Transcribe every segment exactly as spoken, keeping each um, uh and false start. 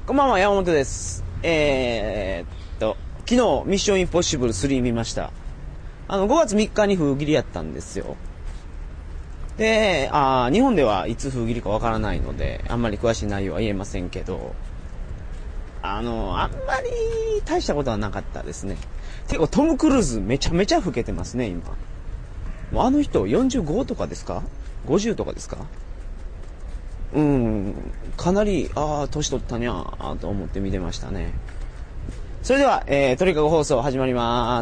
こんばんは、山本です。えー、っと、昨日、ミッションインポッシブルスリー見ました。あの、ごがつみっかに封切りやったんですよ。で、あ日本ではいつ封切りかわからないので、あんまり詳しい内容は言えませんけど、あの、あんまり大したことはなかったですね。てか、トム・クルーズめちゃめちゃ老けてますね、今。もうあの人よんじゅうごとかですか ?ごじゅう とかですかうん、かなり、ああ、年取ったにゃーと思って見てましたね。それでは、えー、鳥かご放送始まります。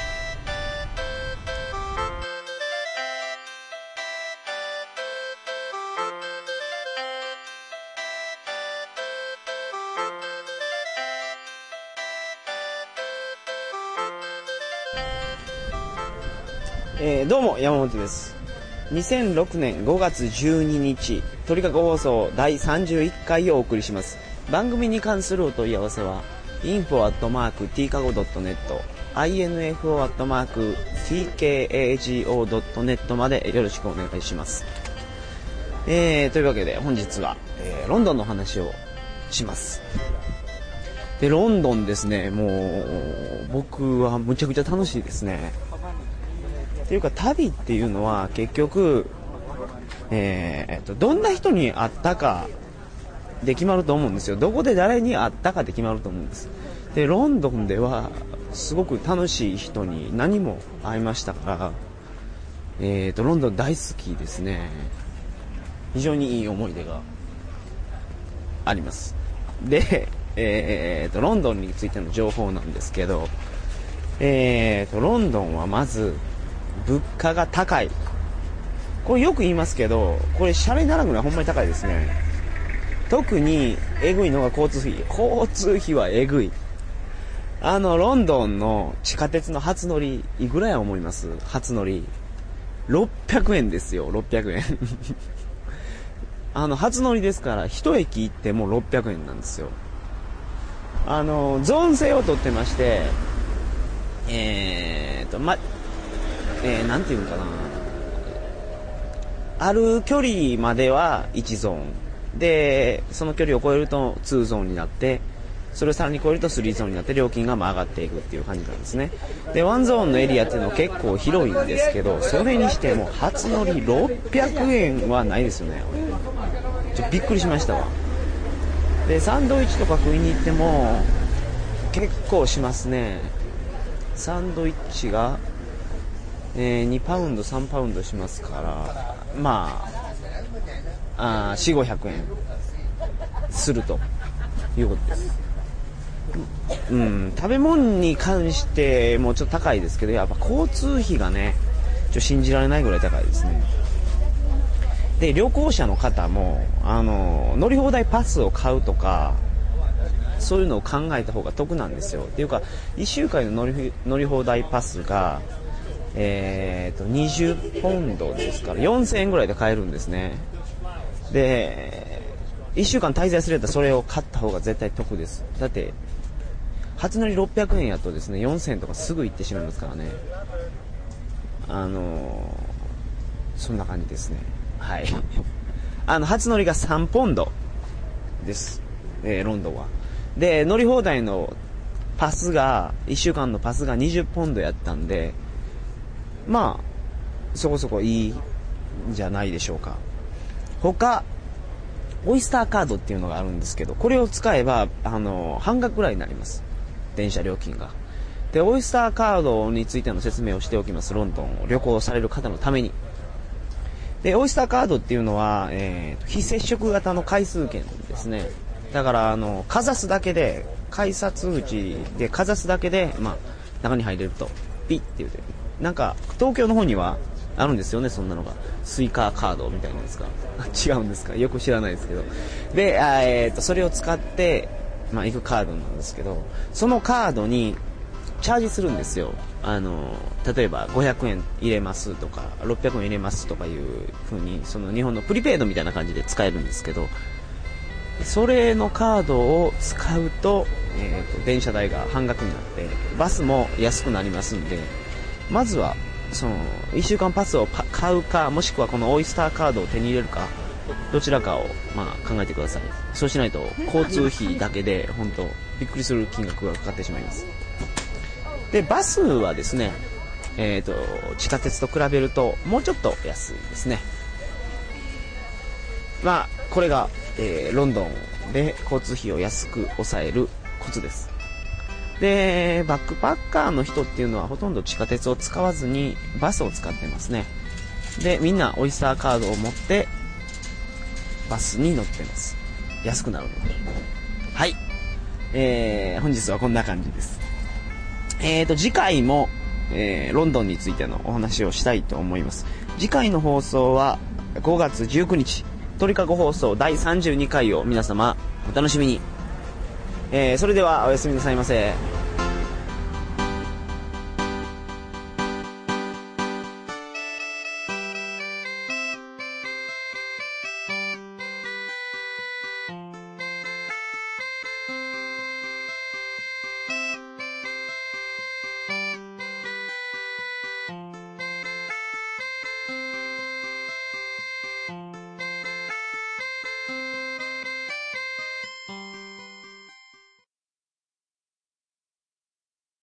えー、どうも、山本です。にせんろくねんごがつじゅうににち、鳥かご放送だいさんじゅういっかいをお送りします。番組に関するお問い合わせは、インフォ アットマーク ティーカゴ ドットネット、インフォ アットマーク ティーケーエージーオー ドットネットまでよろしくお願いします。えー、というわけで本日は、えー、ロンドンの話をします。で、ロンドンですね、もう、僕はむちゃくちゃ楽しいですね。っていうか旅っていうのは結局、えー、とどんな人に会ったかで決まると思うんですよ。どこで誰に会ったかで決まると思うんです。で、ロンドンではすごく楽しい人に何も会いましたから、えー、とロンドン大好きですね。非常にいい思い出があります。で、えー、とロンドンについての情報なんですけど、えー、とロンドンはまず物価が高い。これよく言いますけど、これシャレにならんぐらいほんまに高いですね。特にえぐいのが交通費。交通費はえぐい。あのロンドンの地下鉄の初乗りいくらや思います？初乗りろっぴゃくえんですよ。ろっぴゃくえんあの初乗りですから一駅行ってもろっぴゃくえんなんですよ。あのゾーン制を取ってまして、えーとまえー、なんていうのかな、ある距離まではいちゾーンで、その距離を超えるとにゾーンになって、それをさらに超えるとさんゾーンになって料金がまあ上がっていくっていう感じなんですね。で、いちゾーンのエリアっていうのは結構広いんですけど、それにしても初乗りろっぴゃくえんはないですよね。ちょっとびっくりしましたわ。で、サンドイッチとか食いに行っても結構しますね。サンドイッチがえー、にパウンドさんパウンドしますから、まあ、あよん、ごひゃくえんするということです。うん、食べ物に関してもちょっと高いですけど、やっぱ交通費がね、ちょっと信じられないぐらい高いですね。で、旅行者の方もあの乗り放題パスを買うとか、そういうのを考えた方が得なんですよ。っていうか、いっしゅうかんの乗り、乗り放題パスがえーとにじゅうポンドですからよんせんえんぐらいで買えるんですね。で、いっしゅうかん滞在するやったらそれを買った方が絶対得です。だって初乗りろっぴゃくえんやとですね、よんせんえんとかすぐ行ってしまいますからね。あのー、そんな感じですね。はいあの初乗りがさんポンドです、えー、ロンドンは。で、乗り放題のパスがいっしゅうかんのパスがにじゅうポンドやったんで、まあそこそこいいんじゃないでしょうか。他オイスターカードっていうのがあるんですけど、これを使えばあの半額ぐらいになります、電車料金が。で、オイスターカードについての説明をしておきます。ロンドンを旅行される方のために。で、オイスターカードっていうのは、えー、非接触型の回数券ですね。だからあのかざすだけで、改札口でかざすだけで、まあ、中に入れるとピッて言うて、なんか東京の方にはあるんですよね、そんなのが。スイカカードみたいなんですか違うんですか、よく知らないですけど。で、えー、とそれを使って、まあ、行くカードなんですけど、そのカードにチャージするんですよ。あの例えばごひゃくえん入れますとかろっぴゃくえん入れますとかいう風に、その日本のプリペイドみたいな感じで使えるんですけど、それのカードを使うと、えー、と電車代が半額になってバスも安くなりますんで、まずはそのいっしゅうかんパスを買うか、もしくはこのオイスターカードを手に入れるかどちらかを、まあ、考えてください。そうしないと交通費だけで本当びっくりする金額がかかってしまいます。でバスはですね、えーと、地下鉄と比べるともうちょっと安いですね。まあこれが、えー、ロンドンで交通費を安く抑えるコツです。でバックパッカーの人っていうのはほとんど地下鉄を使わずにバスを使ってますね。でみんなオイスターカードを持ってバスに乗ってます。安くなるので。はい、えー、本日はこんな感じです。えーと次回も、えー、ロンドンについてのお話をしたいと思います。次回の放送はごがつじゅうくにち、鳥かご放送だいさんじゅうにかいを皆様お楽しみに。えー、それではおやすみなさいませ。